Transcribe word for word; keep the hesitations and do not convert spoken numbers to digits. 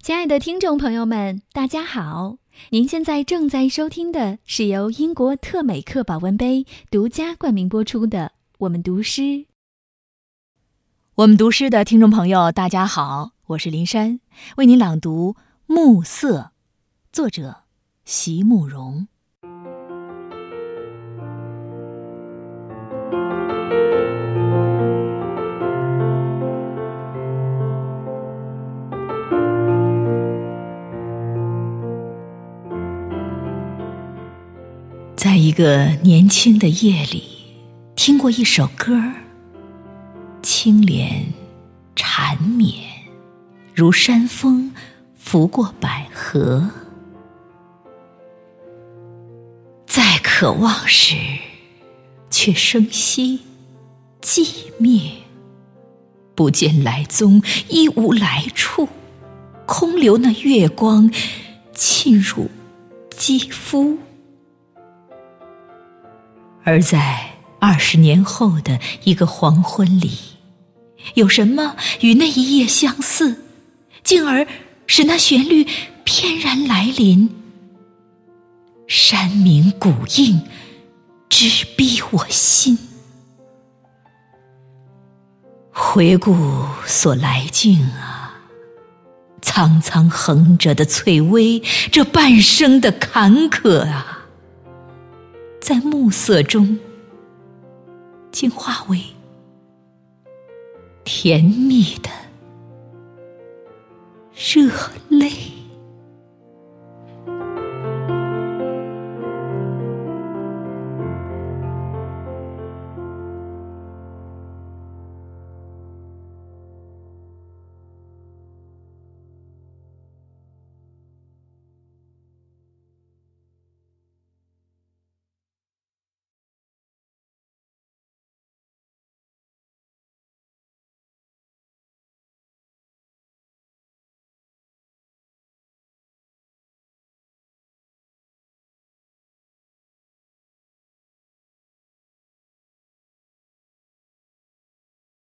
亲爱的听众朋友们，大家好！您现在正在收听的是由英国特美克保温杯独家冠名播出的《我们读诗》。 我们读诗的听众朋友，大家好，我是林珊，为您朗读《暮色》，作者席慕容。在一个年轻的夜里，听过一首歌，清廉缠绵，如山风拂过百合。再渴望时，却生息寂灭，不见来踪，亦无来处，空留那月光沁入肌肤。而在二十年后的一个黄昏里，有什么与那一夜相似，进而使那旋律翩然来临？山鸣谷应，直逼我心。回顾所来境啊，苍苍横着的翠微，这半生的坎坷啊，在暮色中竟化为甜蜜的热泪。